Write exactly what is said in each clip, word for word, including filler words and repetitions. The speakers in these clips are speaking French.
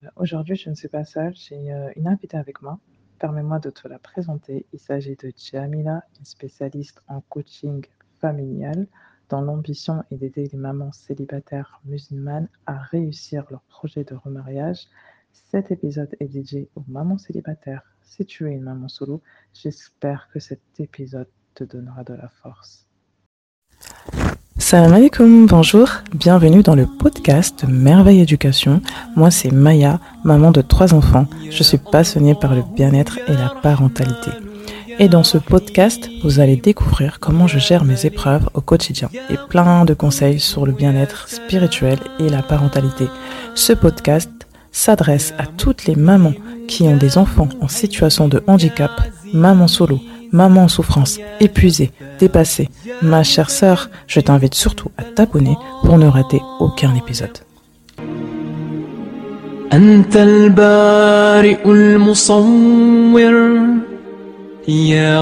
Aujourd'hui, je ne suis pas seule, j'ai euh, une invitée avec moi. Permets-moi de te la présenter. Il s'agit de Jamila, une spécialiste en coaching familial, dont l'ambition est d'aider les mamans célibataires musulmanes à réussir leur projet de remariage. Cet épisode est dédié aux mamans célibataires. Si tu es une maman solo, j'espère que cet épisode te donnera de la force. Salam alaikum, bonjour, bienvenue dans le podcast Merveille Éducation. Moi c'est Maya, maman de trois enfants. Je suis passionnée par le bien-être et la parentalité. Et dans ce podcast, vous allez découvrir comment je gère mes épreuves au quotidien et plein de conseils sur le bien-être spirituel et la parentalité. Ce podcast s'adresse à toutes les mamans qui ont des enfants en situation de handicap, mamans solo, maman en souffrance, épuisée, dépassée. Ma chère sœur, je t'invite surtout à t'abonner pour ne rater aucun épisode. أنت البارئ المصور يا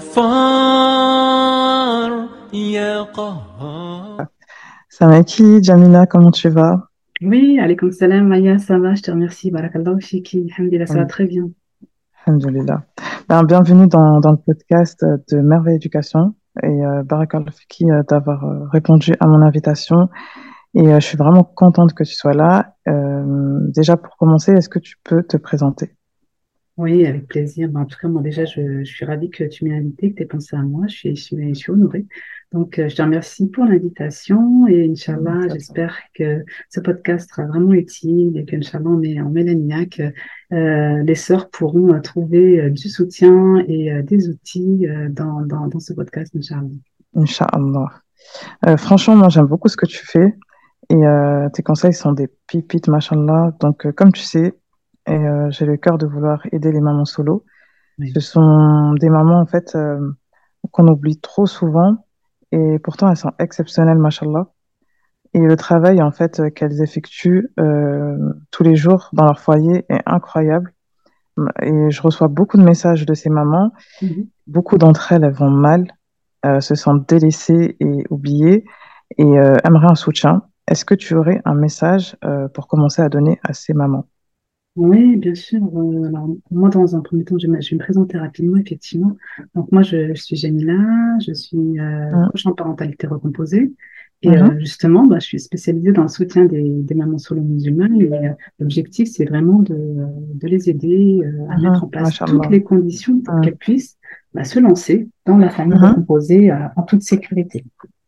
غفار يا قهار. Samaki, Jamila, comment tu vas? Oui, alaykoum salam, Maya, ça va, je te remercie. Barakallahu fiki, alhamdulillah, ça va très bien. Alhamdulillah. Ben, bienvenue dans, dans le podcast de Merveille Éducation et euh, Barakallahu Fiki euh, d'avoir euh, répondu à mon invitation. Et euh, je suis vraiment contente que tu sois là. Euh, déjà, pour commencer, est-ce que tu peux te présenter? Oui, avec plaisir. Ben, en tout cas, moi déjà, je, je suis ravie que tu m'aies invité, que tu aies pensé à moi. Je suis, je suis, je suis honorée. Donc, euh, je te remercie pour l'invitation et Inch'Allah, Merci à toi. j'espère que ce podcast sera vraiment utile et qu'Inch'Allah, on met en Mélaniac, euh, les sœurs pourront euh, trouver euh, du soutien et euh, des outils euh, dans, dans, dans ce podcast, Inch'Allah. Inch'Allah. Euh, franchement, moi, j'aime beaucoup ce que tu fais et euh, tes conseils sont des pépites, machallah. Donc, euh, comme tu sais, et, euh, j'ai le cœur de vouloir aider les mamans solo. Oui. Ce sont des mamans, en fait, euh, qu'on oublie trop souvent et pourtant elles sont exceptionnelles, machallah. Et le travail, en fait, euh, qu'elles effectuent euh, tous les jours dans leur foyer est incroyable. Et je reçois beaucoup de messages de ces mamans. Mhm. Beaucoup d'entre elles, elles vont mal, euh, se sentent délaissées et oubliées et euh, aimeraient un soutien. Est-ce que tu aurais un message euh, pour commencer à donner à ces mamans? Oui, bien sûr. Euh, alors, moi, dans un premier temps, je vais me, je vais me présenter rapidement, effectivement. Donc, moi, je, je suis Jamila, je suis euh, Mhm, coach en parentalité recomposée. Et mhm, euh, justement, bah, je suis spécialisée dans le soutien des, des mamans solo musulmanes. Et euh, l'objectif, c'est vraiment de, euh, de les aider euh, à mettre mhm, en place toutes Mashallah. les conditions pour Mhm, qu'elles puissent bah, se lancer dans la famille mhm, recomposée euh, en toute sécurité.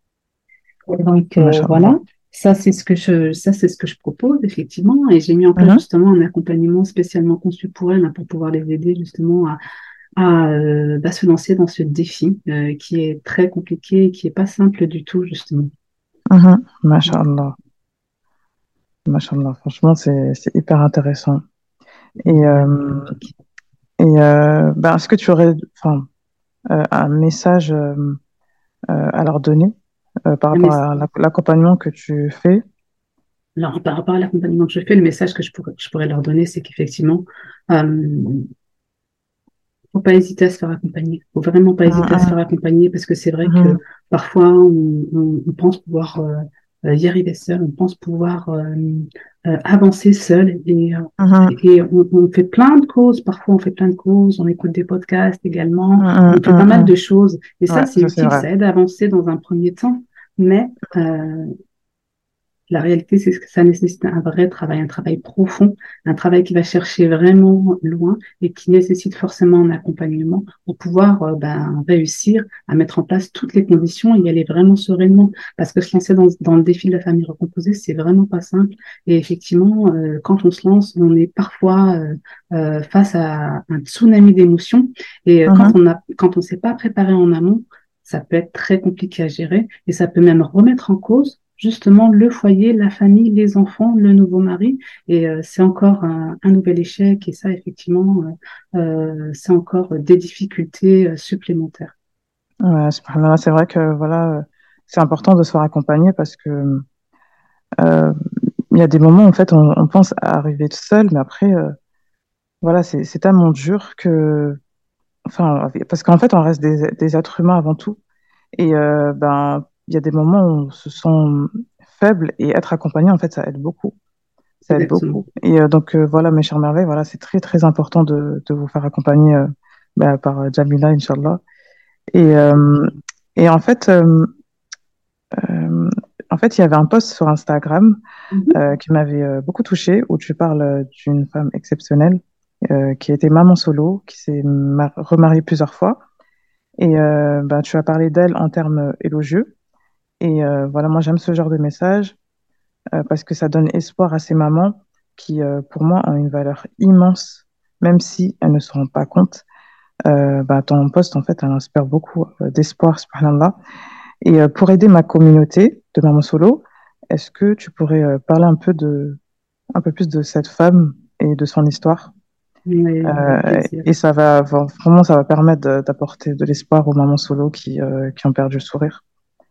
Et donc euh, Mashallah. voilà, ça c'est ce que je, ça c'est ce que je propose effectivement, et j'ai mis en place Mhm, justement un accompagnement spécialement conçu pour elles hein, pour pouvoir les aider justement à, à euh, bah, se lancer dans ce défi euh, qui est très compliqué et qui est pas simple du tout justement. mhm, Mashallah. Mashallah. Franchement, c'est, c'est hyper intéressant. Et, euh, et euh, ben, est-ce que tu aurais enfin, euh, un message euh, euh, à leur donner euh, par rapport Mais à l'ac- l'accompagnement que tu fais? alors, par rapport à l'accompagnement que je fais, le message que je pourrais, je pourrais leur donner, c'est qu'effectivement, euh, faut pas hésiter à se faire accompagner. Faut vraiment pas hésiter à se faire Mhm, accompagner parce que c'est vrai que mhm, parfois on, on- on pense pouvoir euh, euh, y arriver seul, on pense pouvoir euh, euh, avancer seul et, euh, mhm, et on, on fait plein de causes. Parfois on fait plein de causes, on écoute des podcasts également, mhm, on fait pas mhm, mal de mhm. choses et ça Ouais, c'est ça c'est utile, vrai. ça aide à avancer dans un premier temps. Mais euh, la réalité, c'est que ça nécessite un vrai travail, un travail profond, un travail qui va chercher vraiment loin et qui nécessite forcément un accompagnement pour pouvoir euh, ben, réussir à mettre en place toutes les conditions et y aller vraiment sereinement. Parce que se lancer dans, dans le défi de la famille recomposée, c'est vraiment pas simple. Et effectivement, euh, quand on se lance, on est parfois euh, euh, face à un tsunami d'émotions. Et euh, quand Mhm, on a, quand on s'est pas préparé en amont, ça peut être très compliqué à gérer et ça peut même remettre en cause justement le foyer, la famille, les enfants, le nouveau mari. Et euh, c'est encore un, un nouvel échec et ça, effectivement, euh, euh, c'est encore des difficultés euh, supplémentaires. ouais, subhanallah, c'est vrai que voilà, euh, c'est important de se faire accompagner parce que euh, il y a des moments en fait on, on pense à arriver seul, mais après euh, voilà, c'est c'est tellement dur que enfin parce qu'en fait on reste des, des êtres humains avant tout. Et euh, ben, il y a des moments où on se sent faible et être accompagné, en fait, ça aide beaucoup. ça aide exactement. beaucoup. Et euh, donc, euh, voilà, mes chères merveilles, voilà, c'est très, très important de, de vous faire accompagner euh, bah, par euh, Jamila, Inch'Allah. Et, euh, et en fait, euh, euh, en fait, il y avait un post sur Instagram Mhm. euh, qui m'avait euh, beaucoup touchée, où tu parles euh, d'une femme exceptionnelle euh, qui était maman solo, qui s'est mar- remariée plusieurs fois. Et euh, bah, tu as parlé d'elle en termes élogieux. Et euh, voilà, moi, j'aime ce genre de message euh, parce que ça donne espoir à ces mamans qui, euh, pour moi, ont une valeur immense, même si elles ne se rendent pas compte. Euh, bah, ton poste, en fait, elle inspire beaucoup euh, d'espoir, subhanallah. Et euh, pour aider ma communauté de mamans solo, est-ce que tu pourrais euh, parler un peu de, un peu plus de cette femme et de son histoire? Oui, avec Euh, plaisir. et ça va, va- vraiment, ça va permettre de- d'apporter de l'espoir aux mamans solo qui, euh, qui ont perdu le sourire.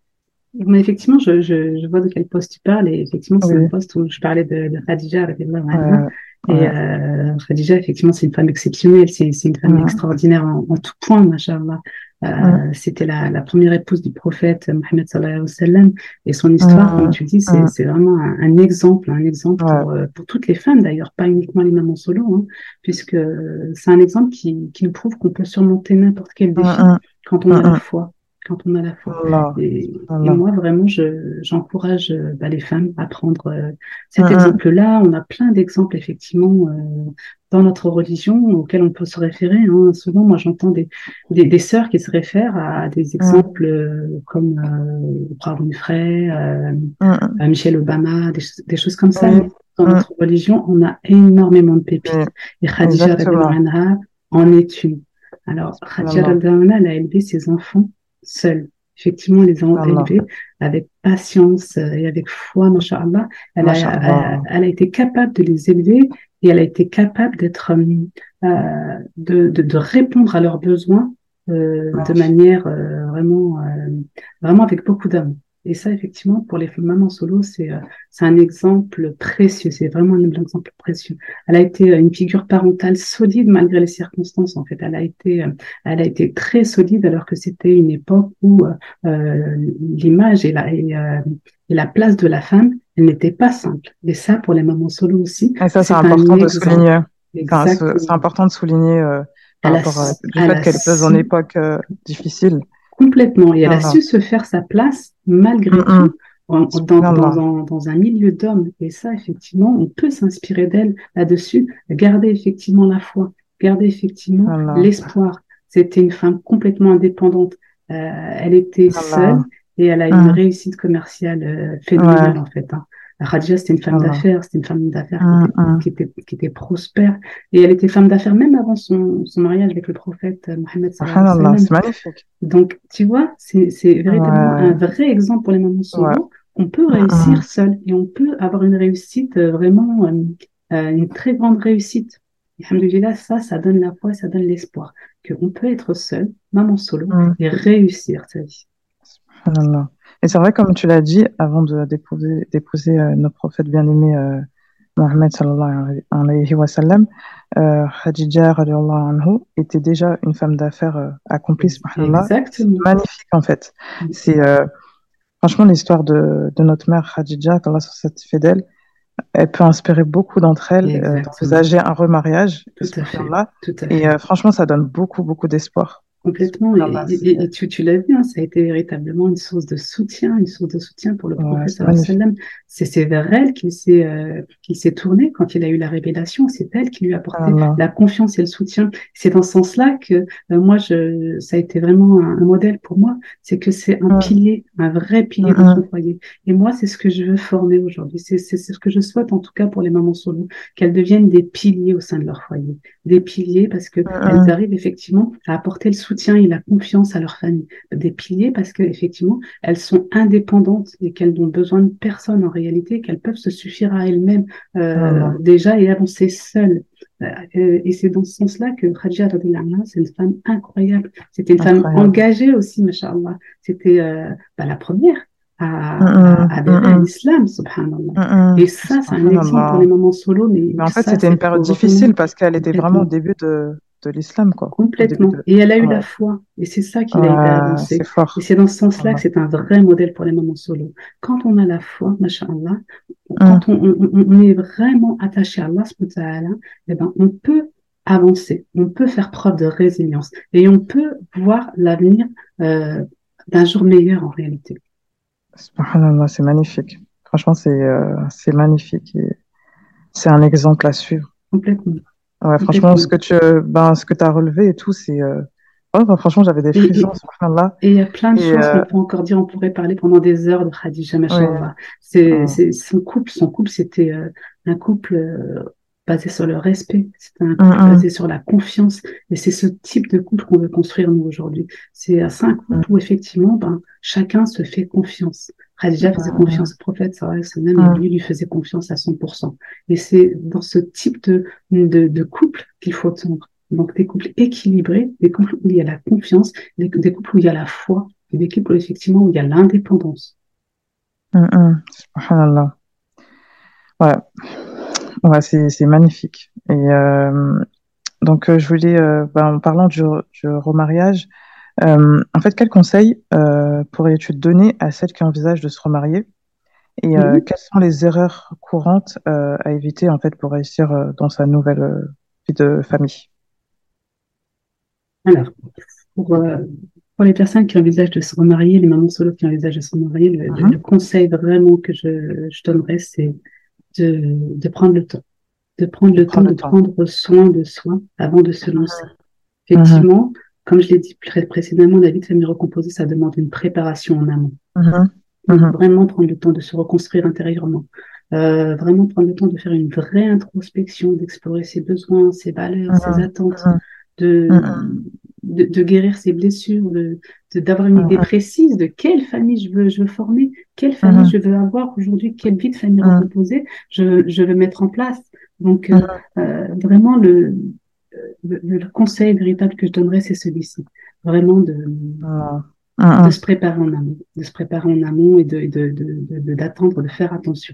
Mais effectivement, je, je, je vois de quel poste tu parles, et effectivement, c'est un Oui, poste où je parlais de, de Khadija, radiallahu anha. ouais, Et ouais. euh, Khadija, effectivement, c'est une femme exceptionnelle, c'est c'est une femme Mm, extraordinaire en, en tout point, machallah. mm, Euh, c'était la, la première épouse du prophète Mohammed sallallahu alayhi wa sallam, et son histoire, comme mm, tu dis, c'est mm, c'est vraiment un, un exemple, un exemple ouais, pour, euh, pour toutes les femmes d'ailleurs, pas uniquement les mamans solo, hein, puisque c'est un exemple qui, qui nous prouve qu'on peut surmonter n'importe quel mm, défi mm, quand on mm, a la mm. foi, quand on a la foi. Allah, Et, et Allah. moi, vraiment, je, j'encourage euh, bah, les femmes à prendre euh, Mm, cet mm, exemple-là. On a plein d'exemples, effectivement, euh, dans notre religion auxquels on peut se référer, hein. Souvent, moi, j'entends des, des, des sœurs qui se réfèrent à des mm, exemples euh, comme euh, Oprah Winfrey, euh, mm, euh, Michelle Obama, des, ch- des choses comme ça. oui, Mais dans mm, notre religion, on a énormément de oui, pépites. Et Khadija, radiallahu exactement. anha, en est une. Alors, Khadija, Subhanallah, radiallahu anha, elle a élevé ses enfants seule. Effectivement, les a subhanallah, élevés avec patience euh, et avec foi, masha'Allah. Elle a, elle, masha'Allah, elle a été capable de les élever, et elle a été capable d'être, euh, euh, de, de, de répondre à leurs besoins euh, de magnifique. manière euh, vraiment, euh, vraiment avec beaucoup d'amour. Et ça, effectivement, pour les mamans solo, c'est euh, c'est un exemple précieux. C'est vraiment un exemple précieux. Elle a été euh, une figure parentale solide malgré les circonstances. En fait, elle a été, euh, elle a été très solide alors que c'était une époque où euh, euh, l'image et la, et, euh, et la place de la femme, elle n'était pas simple. Et ça, pour les mamans solo aussi, Et ça, c'est c'est un important de exemple. souligner. Enfin, c'est c'est Exactement. important de souligner euh, par Elle a, rapport à, du elle fait a qu'elle pèse en su époque euh, difficile. complètement, et elle a Allah. su se faire sa place Mm, malgré mm. tout en- dans, dans Subhanallah. un, dans un milieu d'hommes. Et ça, effectivement, on peut s'inspirer d'elle là-dessus, garder effectivement la foi, garder effectivement Allah. l'espoir. C'était une femme complètement indépendante. Euh, elle était seule, Allah. et elle a une Mm. réussite commerciale euh, Ouais. phénoménale en fait, hein. Khadija, c'était une femme Allah. d'affaires, c'était une femme d'affaires qui Mm, était, mm. qui était, qui était prospère. Et elle était femme d'affaires même avant son, son mariage avec le prophète euh, Mohammed sallallahu alayhi wa Subhanallah, sallam. c'est magnifique. Donc, tu vois, c'est, c'est véritablement un Ouais. vrai exemple pour les mamans Ouais. solo. On peut Mm, réussir mm. seul, et on peut avoir une réussite euh, vraiment, euh, euh, une très grande réussite. Et alhamdoulilah, ça, ça donne la foi, ça donne l'espoir qu'on peut être seul, maman solo, Mm. et réussir sa vie. Subhanallah. Et c'est vrai, comme tu l'as dit, avant de d'épouser d'épouser euh, notre prophète bien-aimé euh, Mohammed sallallahu alayhi wa sallam, euh, Khadija radiallahu anhu était déjà une femme d'affaires euh, accomplie, Ex- subhanallah. C'est Exactement. magnifique en fait. C'est euh, franchement l'histoire de, de notre mère Khadija, qu'Allah soit satisfait d'elle, elle peut inspirer beaucoup d'entre elles euh, Exactement. d'envisager un remariage, Tout à fait. subhanallah. Tout à Et fait. euh, franchement, ça donne beaucoup, beaucoup d'espoir. Complètement. Et, Subhanallah, et- c'est et tu, tu l'as vu, hein, ça a été véritablement une source de soutien, une source de soutien pour le ouais, prophète c'est sallallahu alayhi magnifique. wa sallam. C'est c'est vers elle qu'il s'est euh, qu'il s'est tourné quand il a eu la révélation. C'est elle qui lui a apporté Subhanallah. la confiance et le soutien. C'est dans ce sens-là que euh, moi, je, ça a été vraiment un, un modèle pour moi. C'est que c'est un Mm, pilier, un vrai pilier mm, dans son mm. foyer. Et moi, c'est ce que je veux former aujourd'hui. C'est c'est c'est ce que je souhaite, en tout cas pour les mamans solo, qu'elles deviennent des piliers au sein de leur foyer. Des piliers parce que elles Mm, arrivent effectivement à apporter le soutien et la confiance à leur famille. Des piliers parce qu'effectivement, elles sont indépendantes et qu'elles n'ont besoin de personne en réalité, qu'elles peuvent se suffire à elles-mêmes mm. euh, Allah. déjà et avancer seules. Euh, et c'est dans ce sens-là que Khadija, radhiyallahu anha, c'est une femme incroyable. C'était une femme Incroyable. engagée aussi, mashallah. C'était euh, bah, la première à, Mm, à mm, adhérer mm, à mm. l'islam, subhanallah. Mm, mm. Et ça, c'est un exemple pour les Subhanallah. mamans solo, mais Mais en fait, ça, c'était une c'est période pour vraiment difficile parce qu'elle était vraiment au complètement. début de, de l'islam, quoi, au début Complètement. de... Et elle a eu la Ouais, foi. Et c'est ça qui l'a aidé à ouais, c'est avancer. Et fort. c'est dans ce sens-là que Voilà. c'est un vrai modèle pour les mamans solo. Quand on a la foi, masha'Allah, Hum, quand on, on- on est vraiment attaché à Allah, subhanahu wa ta'ala, eh ben, on peut avancer, on peut faire preuve de résilience et on peut voir l'avenir euh, d'un jour meilleur en réalité. subhanallah, c'est magnifique. Franchement, c'est euh, c'est magnifique. Et c'est un exemple à suivre. Complètement, Ouais, franchement, ce complètement. que tu ben, ce que tu as relevé et tout, c'est. Euh... ouais, ben, franchement, j'avais des Et, frissons, et, subhanallah. et il y a plein de Et choses euh, qu'on peut encore dire. On pourrait parler pendant des heures de Khadija, oui, machallah. C'est, euh, c'est, son couple, son couple, c'était euh, un couple euh, basé sur le respect. C'était un hum, couple hum, basé sur la confiance. Et c'est ce type de couple qu'on veut construire, nous, aujourd'hui. C'est euh, c'est un couple où, hum, effectivement, ben, chacun se fait confiance. Khadija faisait hum, confiance au prophète, sallallahu alayhi wa sallam, et hum, lui, lui faisait confiance à cent pour cent. Et c'est dans ce type de, de, de couple qu'il faut tendre. Donc, des couples équilibrés, des couples où il y a la confiance, des, des couples où il y a la foi, et des couples effectivement où il y a l'indépendance. hum, hum, subhanallah. Ouais, ouais, c'est c'est magnifique. Et euh, donc, euh, je voulais, euh, ben, en parlant du, du remariage, euh, en fait, quels conseils euh, pourrais-tu donner à celles qui envisagent de se remarier? Et euh, Mhm. quelles sont les erreurs courantes euh, à éviter en fait pour réussir euh, dans sa nouvelle euh, vie de famille? Alors, pour, euh, pour les personnes qui envisagent de se remarier, les mamans solo qui envisagent de se remarier, le, le- le Mhm. conseil vraiment que je, je donnerais, c'est de, de prendre le temps. De prendre De le temps prendre de le temps. prendre soin de soi avant de se lancer. Mhm. Effectivement, comme je l'ai dit pré- précédemment, la vie de famille recomposée, ça demande une préparation en amont. Mhm. Donc, Mhm. vraiment prendre le temps de se reconstruire intérieurement. Euh, vraiment prendre le temps de faire une vraie introspection, d'explorer ses besoins, ses valeurs, ses Mhm. attentes, Mhm. de, Mhm. de, de guérir ses blessures, de, de- d'avoir une idée Mhm. précise de quelle famille je veux, je veux former, quelle famille Mhm. je veux avoir aujourd'hui, quelle vie de famille Mhm. recomposée je, je veux mettre en place. Donc, euh, Mhm. euh, vraiment, le, le, le conseil véritable que je donnerais, c'est celui-ci. Vraiment de, Mhm. de Mhm. se préparer en amont, de se préparer en amont et de, de, de, de- de- d'attendre, de faire attention.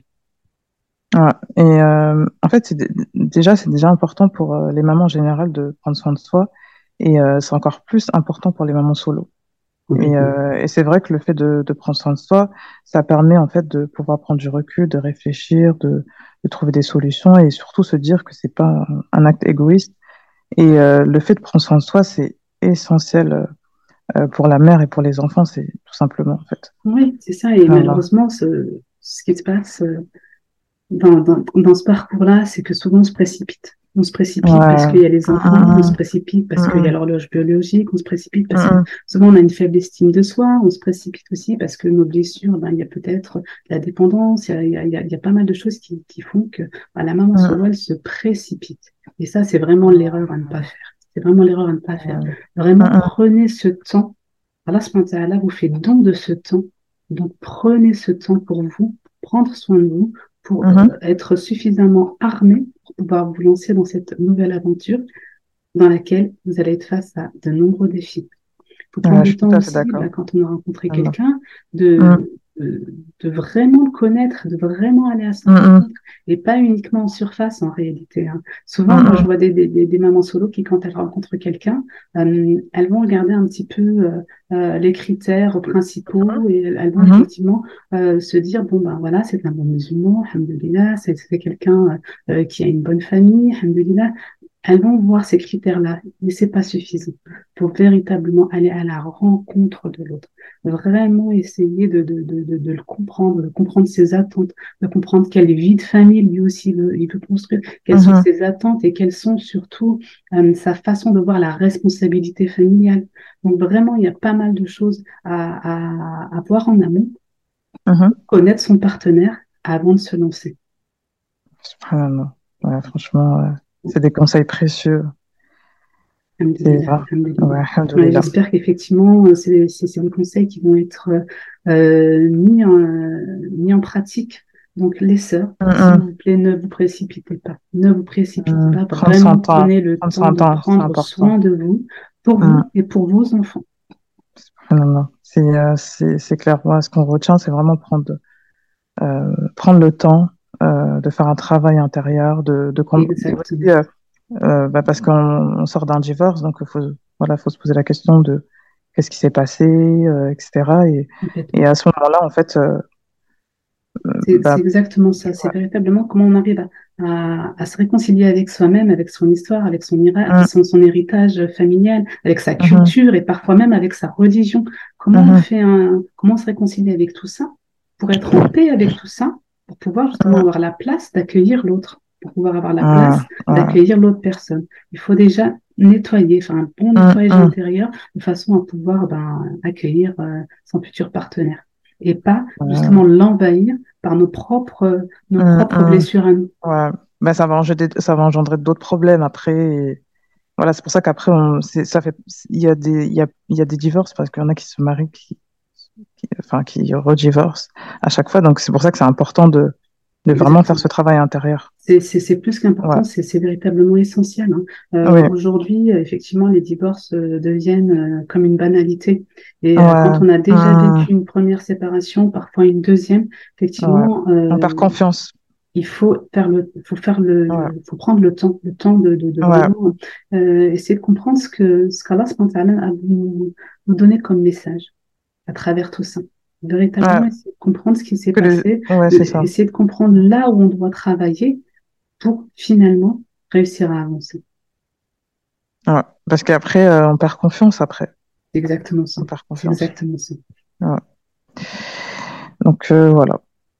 Ouais. Et euh, en fait, c'est dé- déjà, c'est déjà important pour euh, les mamans en général de prendre soin de soi. Et euh, c'est encore plus important pour les mamans solo. Et, Complètement. euh, et c'est vrai que le fait de, de prendre soin de soi, ça permet en fait de pouvoir prendre du recul, de réfléchir, de, de trouver des solutions et surtout se dire que c'est pas un, un acte égoïste. Et euh, le fait de prendre soin de soi, c'est essentiel euh, pour la mère et pour les enfants, c'est tout simplement en fait. Oui, c'est ça. Et Voilà. malheureusement, ce, ce qui se passe euh, dans, dans, dans ce parcours-là, c'est que souvent on se précipite. On se précipite parce Ouais. qu'il y a les Hum, enfants, on se hum, précipite parce qu'il y a hum, l'horloge biologique, on se précipite hum, parce que hum, souvent on a une faible estime de soi, on se précipite aussi parce que nos blessures, ben, il y a peut-être la dépendance, il y a, il y a, il y a, il y a pas mal de choses qui, qui font que ben, la maman hum, solo, hum, elle se précipite. Et ça, c'est vraiment l'erreur à ne pas hum, faire. C'est vraiment l'erreur à ne pas faire. hum, Vraiment, hum, prenez ce temps. Allah subhanahu wa ta'ala vous fait don de ce temps. Donc, prenez ce temps pour vous, prendre soin de vous, pour hum, euh, hum. être suffisamment armé pour pouvoir vous lancer dans cette nouvelle aventure dans laquelle vous allez être face à de nombreux défis. Il faut prendre Ouais, je le suis tout temps à fait aussi, bah, d'accord. quand on a rencontré Voilà. quelqu'un, Hum, de, de, de vraiment le connaître, de vraiment aller à sa hum, hum, rencontre, et pas uniquement en surface en réalité, hein. Souvent, hum, moi, je hum, vois des, des, des, des mamans solo qui, quand elles rencontrent quelqu'un, euh, elles vont regarder un petit peu euh, euh, les critères principaux et elles vont hum, effectivement euh, se dire, bon, ben voilà, c'est un bon musulman, alhamdoulilah, c'est c'est quelqu'un euh, qui a une bonne famille, alhamdoulilah. Elles vont voir ces critères-là, mais c'est pas suffisant pour véritablement aller à la rencontre de l'autre, vraiment essayer de, de, de, de, de le comprendre, de comprendre ses attentes, de comprendre quelle vie de famille lui aussi il veut, il veut construire, quelles hum, sont hum, ses attentes et quelles sont surtout euh, sa façon de voir la responsabilité familiale. Donc vraiment, il y a pas mal de choses à, à, à voir en amont, hum, hum. connaître son partenaire avant de se lancer. Subhanallah. Ouais, franchement, ouais. C'est des conseils précieux. C'est Alhamdulillah, vrai. alhamdulillah. Ouais, Ouais, alhamdoulilah. j'espère qu'effectivement, euh, c'est c'est- c'est des conseils qui vont être euh, mis en, mis en pratique. Donc, les sœurs, Hum, s'il hum, vous plaît, ne vous précipitez pas. Ne vous précipitez hum. pas. Prendre son Vraiment, temps. prenez le Prendre temps son de temps, c'est prendre important. soin de vous, pour Hum. vous et pour vos enfants. Subhanallah. C'est euh, c'est c'est clair. Moi, ce qu'on retient, c'est vraiment prendre, euh, prendre le temps euh, de faire un travail intérieur, de, de com- aussi Exactement. euh, euh, bah, parce qu'on on sort d'un divorce, donc il faut, voilà, faut se poser la question de qu'est-ce qui s'est passé, euh, et cetera. Et, et Complètement. à ce moment-là, en fait, euh, C'est c'est bah, exactement ça. C'est ouais. véritablement comment on arrive à, à, à se réconcilier avec soi-même, avec son histoire, avec son, ira- Hum, son, son héritage familial, avec sa mhm, culture et parfois même avec sa religion. Comment on mhm, fait un, comment on se réconcilie avec tout ça pour être en paix avec tout ça, pour pouvoir justement mhm, avoir la place d'accueillir l'autre, pour pouvoir avoir la hum, place hum, d'accueillir l'autre personne. Il faut déjà nettoyer, faire un bon hum, nettoyage hum. intérieur de façon à pouvoir ben, accueillir euh, son futur partenaire et pas Ouais. justement l'envahir par nos propres, nos Hum, propres hum. blessures à nous. Ouais. Bah, ça va engendrer, ça va engendrer d'autres problèmes après. Et voilà, c'est pour ça qu'après, on, c'est, ça fait, il y a des, il y a, il y a des divorces parce qu'il y en a qui se marient, qui, qui- enfin, qui redivorcent à chaque fois. Donc, c'est pour ça que c'est important de, de vraiment faire Exactement. ce travail intérieur. C'est c'est- c'est plus Ouais. qu'important, c'est c'est véritablement essentiel, hein. Euh, Oui. aujourd'hui, euh, effectivement, les divorces euh, deviennent euh, comme une banalité. Et euh, quand Ouais. on a déjà Hum, vécu une première séparation, parfois une deuxième, ouais. effectivement, On euh, perd confiance. il faut faire le, faut faire Ouais. le, faut prendre le temps, le temps de, de, de Ouais. vraiment euh, essayer de comprendre ce que ce qu'Allah subhanahu wa ta'ala a voulu nous, nous donner comme message à travers tout ça. Ouais. Véritablement essayer de comprendre ce qui s'est Que le... passé, Ouais, c'est ça. essayer de comprendre là où on doit travailler pour finalement réussir à avancer. Ouais. Parce qu'après, euh, on perd confiance après. C'est exactement ça. On perd C'est confiance. exactement ça. Ouais. Donc, euh, voilà.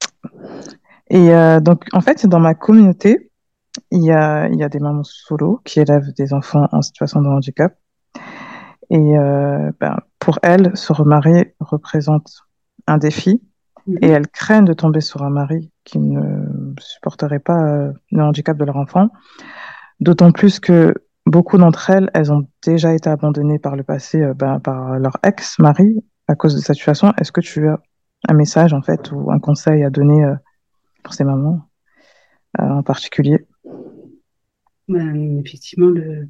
Et euh, donc, en fait, dans ma communauté, il y a, il y a des mamans solo qui élèvent des enfants en situation de handicap. Et euh, ben, pour elles, se remarier représente un défi. Et Mhm. elles craignent de tomber sur un mari qui ne supporterait pas euh, le handicap de leur enfant. D'autant plus que beaucoup d'entre elles, elles ont déjà été abandonnées par le passé euh, ben, par leur ex-mari à cause de cette situation. Est-ce que tu as un message, en fait, ou un conseil à donner euh, pour ces mamans euh, en particulier? Ben, effectivement, le,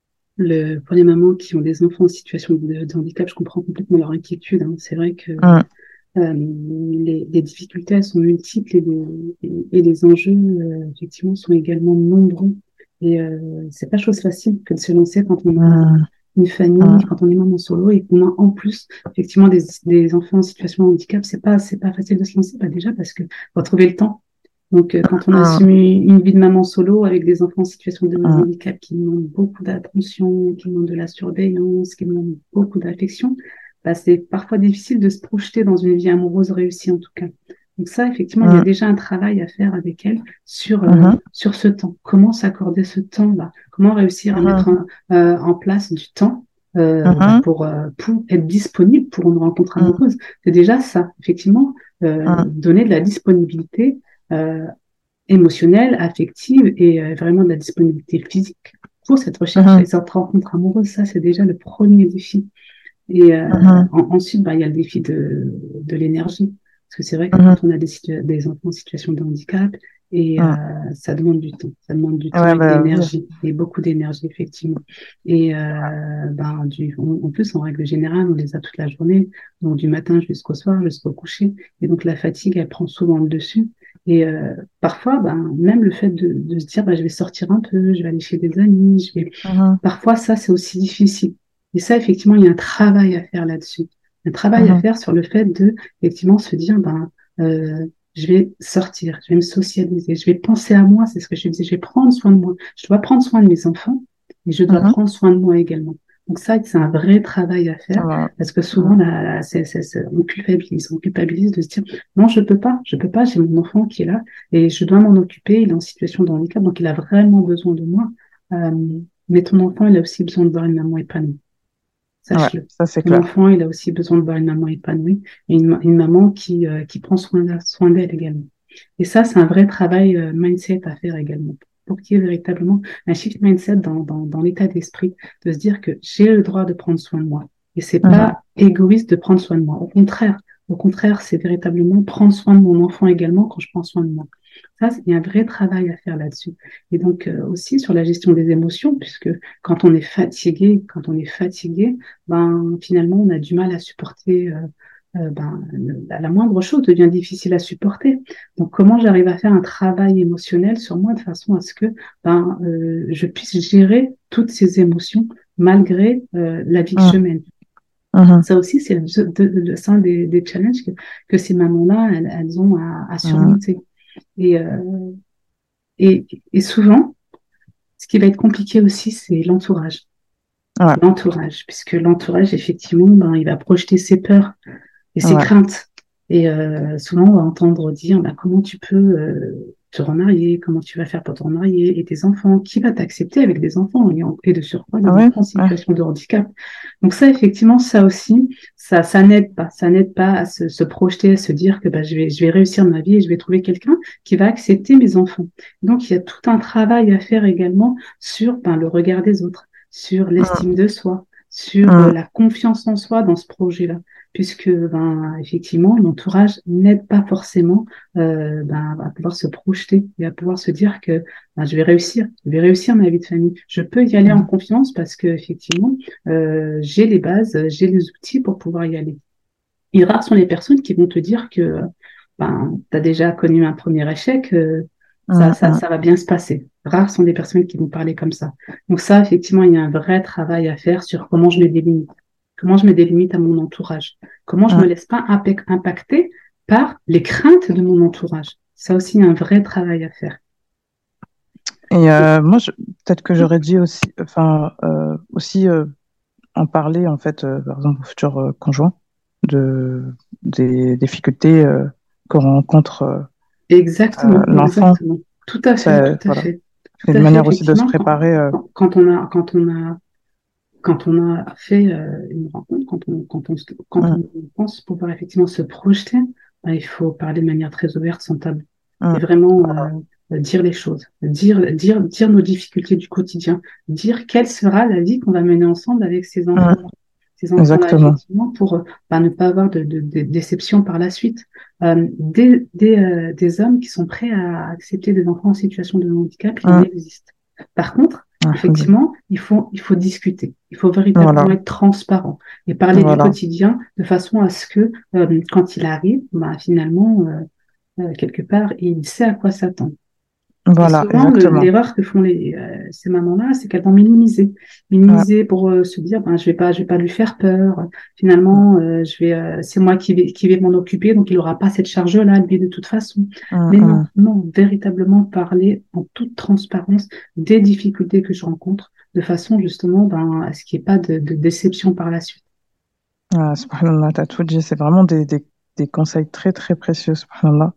le, pour les mamans qui ont des enfants en situation de, de handicap, je comprends complètement leur inquiétude, hein. C'est vrai que Hum, euh, les, les difficultés elles sont multiples et les, et, et les enjeux, euh, effectivement, sont également nombreux. Et euh, c'est pas chose facile que de se lancer quand on a hum, une famille, hum, quand on est maman solo et qu'on a en plus effectivement des, des enfants en situation de handicap, c'est pas c'est pas facile de se lancer, bah déjà parce que faut trouver le temps. Donc euh, quand on assume hum, une vie de maman solo avec des enfants en situation de hum, handicap qui demandent beaucoup d'attention, qui demandent de la surveillance, qui demandent beaucoup d'affection, bah, c'est parfois difficile de se projeter dans une vie amoureuse réussie en tout cas. Donc ça, effectivement, il y a hum, déjà un travail à faire avec elle sur, euh, hum, sur ce temps. Comment s'accorder ce temps-là? Comment réussir à mettre hum, un, euh, en place du temps euh, bah, hum, pour, euh, pour être disponible pour une rencontre hum, amoureuse. C'est déjà ça, effectivement, euh, hum, donner de la disponibilité euh, émotionnelle, affective et euh, vraiment de la disponibilité physique pour cette recherche et hum, cette rencontre amoureuse. Ça, c'est déjà le premier défi. Et euh, hum, en- ensuite, bah, il y a le défi de, de l'énergie. Parce que c'est vrai que hum, quand on a des, situa- des enfants en situation de handicap, et euh, hum. ça demande du temps, ça demande du temps Ouais, et de bah oui. l'énergie, et beaucoup d'énergie, effectivement. Et euh, ben, du, en, en plus, en règle générale, on les a toute la journée, donc du matin jusqu'au soir, jusqu'au coucher. Et donc la fatigue, elle prend souvent le dessus. Et euh, parfois, ben, même le fait de, de se dire, bah, je vais sortir un peu, je vais aller chez des amis, je vais... Mhm, Parfois, ça, c'est aussi difficile. Et ça, effectivement, il y a un travail à faire là-dessus. Un travail à mhm, faire sur le fait de, effectivement, se dire, ben, euh, je vais sortir, je vais me socialiser, je vais penser à moi, c'est ce que je disais, je vais prendre soin de moi. Je dois prendre soin de mes enfants, mais je dois mhm. prendre soin de moi également. Donc ça, c'est un vrai travail à faire, Ouais, parce que souvent, ouais. la, la- c'est, c'est, c'est- on culpabilise, on culpabilise de se dire, non, je peux pas, je peux pas, j'ai mon enfant qui est là, et je dois m'en occuper, il est en situation de handicap, donc il a vraiment besoin de moi. Euh, mais ton enfant, il a aussi besoin de voir une maman épanouie. Ouais, Sache-le. ça c'est Ton clair. enfant, il a aussi besoin de voir une maman épanouie et une, ma- une maman qui, euh, qui prend soin d'elle, soin d'elle également. Et ça, c'est un vrai travail euh, mindset à faire également. Pour qu'il y ait véritablement un shift mindset dans, dans, dans l'état d'esprit, de se dire que j'ai le droit de prendre soin de moi. Et c'est Mhm, pas égoïste de prendre soin de moi. Au contraire, au contraire, c'est véritablement prendre soin de mon enfant également quand je prends soin de moi. Ça, il y a un vrai travail à faire là-dessus. Et donc euh, aussi sur la gestion des émotions, puisque quand on est fatigué, quand on est fatigué, ben finalement on a du mal à supporter euh, euh, ben, la, la moindre chose devient difficile à supporter. Donc, comment j'arrive à faire un travail émotionnel sur moi de façon à ce que ben, euh, je puisse gérer toutes ces émotions malgré euh, la vie que je mène. Mhm. Ça aussi, c'est le, le, le sein des, des challenges que, que ces mamans-là, elles, elles ont à, à surmonter. Et, euh, et, et souvent, ce qui va être compliqué aussi, c'est l'entourage. Ouais. L'entourage, puisque l'entourage, effectivement, ben, il va projeter ses peurs et ses Ouais. craintes. Et euh, souvent, on va entendre dire, ben, comment tu peux euh, te remarier, comment tu vas faire pour te remarier, et tes enfants, qui va t'accepter avec des enfants, et, en- et de surcroît, des Ah ouais, enfants en situation de handicap. Donc ça, effectivement, ça aussi, ça, ça n'aide pas. Ça n'aide pas à se, se projeter, à se dire que ben, je vais, je vais réussir ma vie et je vais trouver quelqu'un qui va accepter mes enfants. Donc, il y a tout un travail à faire également sur ben, le regard des autres, sur l'estime de soi, sur euh, Mhm. la confiance en soi dans ce projet-là, puisque ben, effectivement, l'entourage n'aide pas forcément euh, ben, à pouvoir se projeter et à pouvoir se dire que ben, je vais réussir, je vais réussir ma vie de famille. Je peux y aller en Mhm. confiance parce que effectivement, euh, j'ai les bases, j'ai les outils pour pouvoir y aller. Et rares sont les personnes qui vont te dire que ben, tu as déjà connu un premier échec, euh, ça, ça, Mhm. ça va bien se passer. Rares sont les personnes qui vont parler comme ça. Donc ça, effectivement, il y a un vrai travail à faire sur comment je me délimite. Comment je me délimite à mon entourage. Comment je me Mhm. laisse pas impe- impacter par les craintes de mon entourage. Ça aussi, il y a un vrai travail à faire. Et euh, moi, je- peut-être que j'aurais dit aussi, enfin, euh, aussi euh, en parler, en fait, euh, par exemple, au futur euh, conjoint, de, des difficultés euh, que rencontre euh, euh, Exactement, l'enfant. exactement. Tout à fait, Ça, tout à voilà. fait. C'est Tout une à fait, manière aussi de se effectivement, quand, préparer. euh, quand, quand on a, quand on a quand on a fait euh, une rencontre, quand on, quand on, se- quand hum, on pense pouvoir effectivement se projeter, ben, il faut parler de manière très ouverte, sans tabou. Et hum, vraiment euh, dire les choses, dire, dire, dire nos difficultés du quotidien, dire quelle sera la vie qu'on va mener ensemble avec ces hum, enfants. Ces enfants-là, exactement. effectivement, pour euh, ben, ne pas avoir de, de, de déception par la suite. Euh, des, des, euh, des hommes qui sont prêts à accepter des enfants en situation de handicap, il en Hum, existe. Par contre, alhamdoulilah. effectivement, il faut, il faut discuter. Il faut véritablement Voilà, être transparent et parler du voilà, quotidien de façon à ce que, euh, quand il arrive, bah, finalement, euh, euh, quelque part, il sait à quoi s'attendre. Et voilà, souvent, le- exactement. l'erreur que font les, euh, ces mamans-là, c'est qu'elles vont minimiser. Ouais, Minimiser pour euh, se dire, ben, je vais pas, je vais pas lui faire peur. hum, Finalement, euh, je vais, euh, c'est moi qui vais, qui vais m'en occuper, donc il aura pas cette charge-là, lui, de toute façon. hum, Mais non, hum. non, véritablement parler en toute transparence des difficultés que je rencontre, de façon justement, ben, à ce qu'il n'y ait pas de, de déception par la suite. Ah, subhanallah, t'as tout dit. C'est vraiment des, des, des conseils très, très précieux, subhanallah.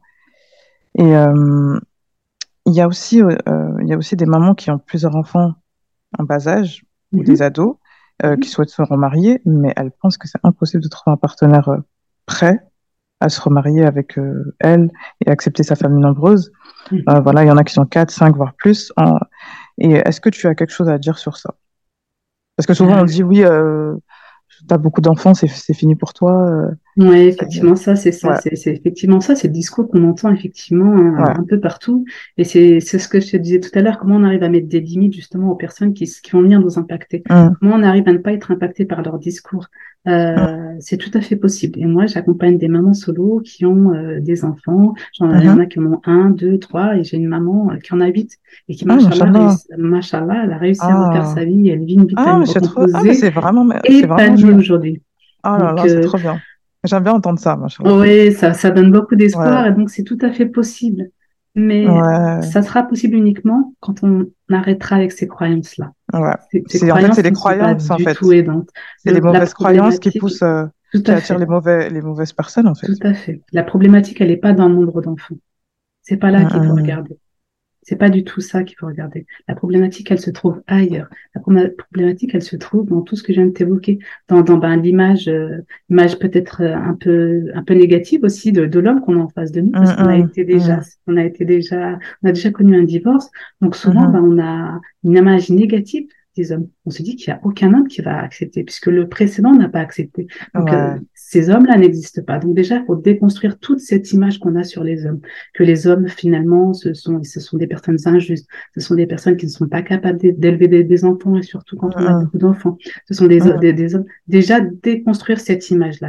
Et euh, il y a aussi, euh, euh, il y a aussi des mamans qui ont plusieurs enfants en bas âge ou des Mhm, ados euh, qui mhm, souhaitent se remarier, mais elles pensent que c'est impossible de trouver un partenaire euh, prêt à se remarier avec euh, elle et accepter sa famille nombreuse. Euh, mhm. voilà, il y en a qui sont quatre, cinq, voire plus. en- Et est-ce que tu as quelque chose à dire sur ça? Parce que souvent on Euh, dit oui, euh, t'as beaucoup d'enfants, c'est c'est fini pour toi. euh, Ouais, c'est- effectivement, ça, c'est ça, ouais, c'est c'est effectivement ça, c'est le discours qu'on entend effectivement un, ouais. un peu partout. Et c'est c'est ce que je te disais tout à l'heure, comment on arrive à mettre des limites justement aux personnes qui, s- qui vont venir nous impacter. Hum, Comment on arrive à ne pas être impacté par leur discours. hum, Euh, c'est tout à fait possible. Et moi, j'accompagne des mamans solo qui ont euh, des enfants. J'en, il y en mhm. a qui en ont un, deux, trois, et j'ai une maman euh, qui en a huit et qui, Ah, machallah, machallah. réussi, machallah, elle a réussi à refaire sa Ah, vie. Elle vit une vie de ah, famille mais c'est trop. Ah, mais recomposée, c'est vraiment, c'est vraiment épanouie joli. aujourd'hui. Ah là Donc, là, c'est euh, trop bien. J'aime bien entendre ça, machallah. oui, ça, ça donne beaucoup Ouais, d'espoir et donc c'est tout à fait possible. Mais ouais, ça sera possible uniquement quand on arrêtera avec ces croyances-là. ouais. Ces, ces C'est en fait, croyances c'est les qui ne sont pas croyances en du tout fait. aidantes. C'est les Le- la mauvaises croyances qui problématique, poussent, euh, tout qui à attirent fait, les mauvais, les mauvaises personnes en tout fait. à fait. La problématique, elle n'est pas dans le nombre d'enfants. C'est pas là Hum, qu'il faut hum, regarder. C'est pas du tout ça qu'il faut regarder. La problématique, elle se trouve ailleurs. La problé- problématique, elle se trouve dans tout ce que je viens de t'évoquer, dans, dans ben, l'image, euh, image peut-être euh, un peu, un peu négative aussi de, de l'homme qu'on a en face de nous, hum, parce qu'on a hum, été déjà, hum, on a été déjà, on a déjà connu un divorce. Donc souvent, mhm. ben, on a une image négative des hommes. On se dit qu'il n'y a aucun homme qui va accepter, puisque le précédent n'a pas accepté. Donc euh, Ouais. ces hommes-là n'existent pas. Donc déjà, il faut déconstruire toute cette image qu'on a sur les hommes, que les hommes finalement, ce sont, ce sont des personnes injustes. Ce sont des personnes qui ne sont pas capables d'élever des, des enfants et surtout quand Hum, on a hum, beaucoup d'enfants. Ce sont des, hum. des, des hommes. Déjà, déconstruire cette image-là.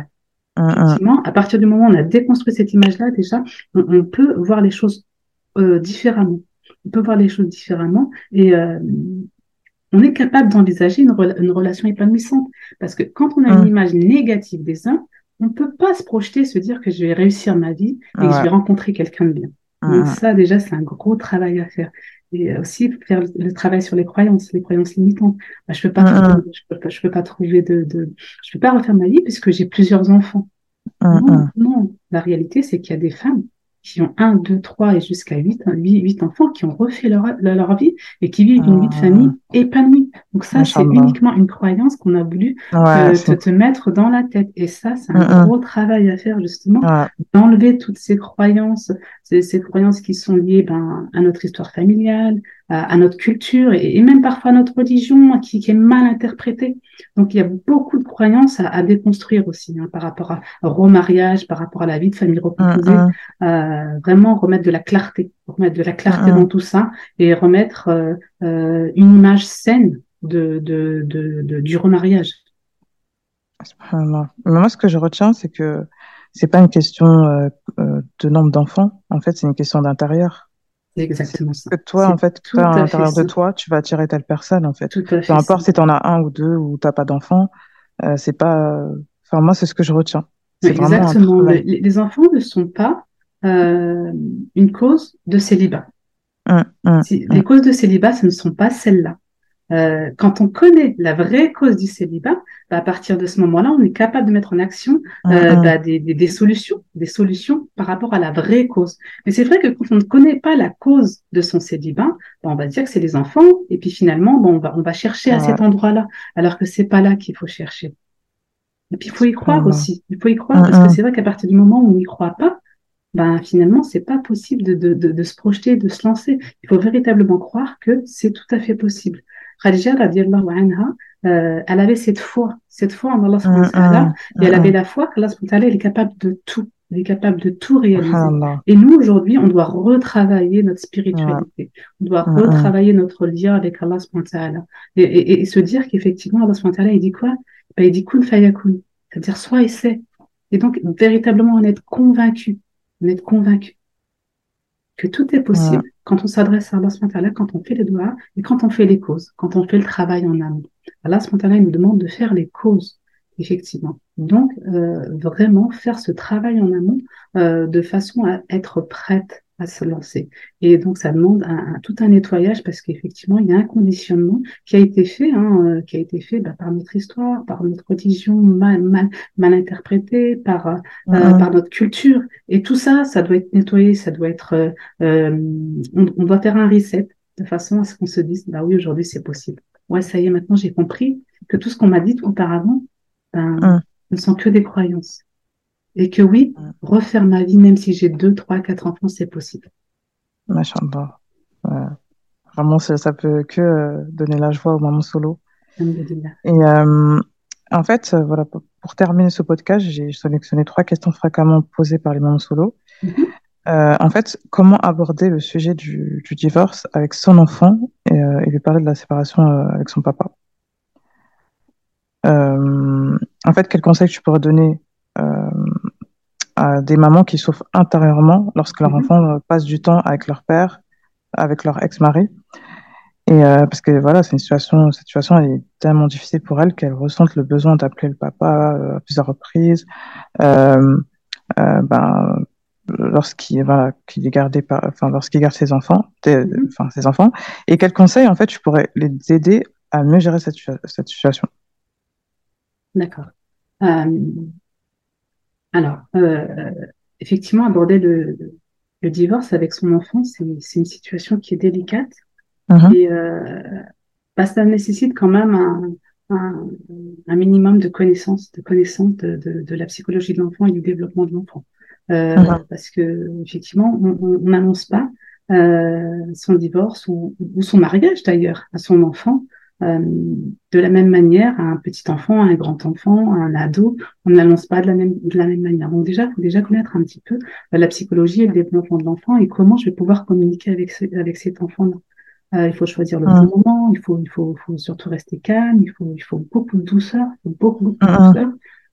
Hum, hum, Effectivement, à partir du moment où on a déconstruit cette image-là, déjà, on, on peut voir les choses euh, différemment. On peut voir les choses différemment et euh, on est capable d'envisager une, rela- une relation épanouissante. Parce que quand on a une hum. image négative des uns, on ne peut pas se projeter, se dire que je vais réussir ma vie et que je Ouais. vais rencontrer quelqu'un de bien. Hum, Donc hum. ça, déjà, c'est un gros travail à faire. Et aussi faire le, le travail sur les croyances, les croyances limitantes. Bah, je peux pas Hum, trouver, hum, je peux pas, je peux pas trouver de, de, je peux pas refaire ma vie puisque j'ai plusieurs enfants. hum, Non, hum. non. La réalité, c'est qu'il y a des femmes qui ont un, deux, trois et jusqu'à huit, hein, huit, huit enfants qui ont refait leur, leur, leur vie et qui vivent une vie de Hum, famille épanouie. Donc ça, c'est Inch'Allah. uniquement une croyance qu'on a voulu Ouais, te, c'est te, une... te mettre dans la tête. Et ça, c'est un Hum, hum. gros travail à faire, justement, Ouais. d'enlever toutes ces croyances, ces, ces croyances qui sont liées ben, à notre histoire familiale, à, à notre culture et, et même parfois à notre religion qui, qui est mal interprétée. Donc il y a beaucoup de croyances à, à déconstruire aussi hein, par rapport à, au remariage, par rapport à la vie de famille Hum, recomposée. hum, Euh, vraiment remettre de la clarté, remettre de la hum, clarté dans hum. tout ça et remettre euh, euh, une image saine de, de, de, de- du remariage. Subhanallah. Mais moi, ce que je retiens, c'est que c'est pas une question euh, euh, de nombre d'enfants. En fait, c'est une question d'intérieur. C'est C'est exactement ça. que toi, en C'est fait, que tu as tout à à fait l'intérieur de ça. toi, tu vas attirer telle personne, en fait. Tout à Peu fait ça. importe si tu en as un ou deux ou t'as pas d'enfant, euh, c'est pas. euh, Enfin, moi, c'est ce que je retiens. Oui, C'est vraiment un exactement. Le- travail. les, les enfants ne sont pas euh, une cause de célibat. Hum, hum, Si, les hum, causes de célibat, ce ne sont pas celles-là. Euh, quand on connaît la vraie cause du célibat, bah, à partir de ce moment-là, on est capable de mettre en action hum, euh, hum. bah, des, des, des solutions, des solutions par rapport à la vraie cause. Mais c'est vrai que quand on ne connaît pas la cause de son célibat, bah, on va dire que c'est les enfants, et puis finalement, bah, on va, on va chercher à Ouais, cet endroit-là, alors que c'est pas là qu'il faut chercher. Et puis il faut y croire subhanallah. aussi. Il faut y croire Hum, parce que hum. c'est vrai qu'à partir du moment où on n'y croit pas, ben, finalement, c'est pas possible de, de, de, de se projeter, de se lancer. Il faut véritablement croire que c'est tout à fait possible. Khadija, radiallahu anha, euh, elle avait cette foi, cette foi en Allah subhanahu Hum, wa ta'ala, hum, et hum, elle avait hum. la foi qu'Allah subhanahu wa ta'ala, il est capable de tout. Il est capable de tout réaliser. Subhanallah. Et nous, aujourd'hui, on doit retravailler notre Ouais. spiritualité. On doit Hum, hum. retravailler notre lien avec Allah subhanahu wa ta'ala. Et, et, et se dire qu'effectivement, Allah subhanahu wa ta'ala, il dit quoi? Ben, il dit kun fayakun. C'est-à-dire, soit et c'est. Et donc, véritablement, en être convaincu. En être convaincu que tout est Ouais. possible quand on s'adresse à Allah subhanahu wa ta'ala, quand on fait les doigts et quand on fait les causes, quand on fait le travail en amont. Allah subhanahu wa ta'ala, il nous demande de faire les causes, effectivement. Donc, euh, vraiment faire ce travail en amont euh, de façon à être prête à se lancer. Et donc, ça demande un, un- tout un nettoyage parce qu'effectivement, il y a un conditionnement qui a été fait, hein, euh, qui a été fait bah, par notre histoire, par notre religion mal, mal, mal interprétée, par, euh, Hum, euh, hum. par notre culture. Et tout ça, ça doit être nettoyé, ça doit être euh, euh, on, on doit faire un reset de façon à ce qu'on se dise, bah oui, aujourd'hui, c'est possible. Ouais, ça y est, maintenant, j'ai compris que tout ce qu'on m'a dit auparavant, ben, Hum, ne sont que des croyances. Et que oui, hum. refaire ma vie, même si j'ai deux, trois, quatre enfants, c'est possible. Mashallah. Ouais. Vraiment, ça, ça peut que euh, donner la joie aux mamans solo. Alhamdulillah. Et euh, en fait, euh, voilà, pour, pour terminer ce podcast, j'ai sélectionné trois questions fréquemment posées par les mamans solo. Mhm, Euh, en fait, comment aborder le sujet du, du divorce avec son enfant et, euh, et lui parler de la séparation euh, avec son papa? Euh, En fait, quel conseil tu pourrais donner euh, à des mamans qui souffrent intérieurement lorsque leur mhm, enfant euh, passe du temps avec leur père, avec leur ex-mari? Et euh, parce que voilà, c'est une situation, cette situation elle est tellement difficile pour elles qu'elles ressentent le besoin d'appeler le papa euh, à plusieurs reprises. Euh, euh, ben, lorsqu'il voilà, qu'il est gardé par, enfin, lorsqu'il garde ses enfants, t'es- mhm. enfin, ses enfants. Et quels conseils, en fait, tu pourrais les aider à mieux gérer cette, situa- cette situation? D'accord. Euh, alors, euh, effectivement, aborder le, le divorce avec son enfant, c'est, c'est une situation qui est délicate Mhm, et euh, bah, ça nécessite quand même un, un, un minimum de connaissances, de connaissances de, de, de la psychologie de l'enfant et du développement de l'enfant. Euh, mhm, parce que effectivement, on on n'annonce pas euh, son divorce ou, ou son mariage d'ailleurs à son enfant euh, de la même manière à un petit enfant, à un grand enfant, à un ado. On ne l'annonce pas de la même de la même manière. Donc déjà, il faut déjà connaître un petit peu euh, la psychologie et le développement de l'enfant et comment je vais pouvoir communiquer avec ce- avec cet enfant-là. Euh, il faut choisir le bon mhm, moment, il faut, il faut, faut surtout rester calme, il faut, il faut beaucoup de douceur, il faut beaucoup, beaucoup de mhm, douceur.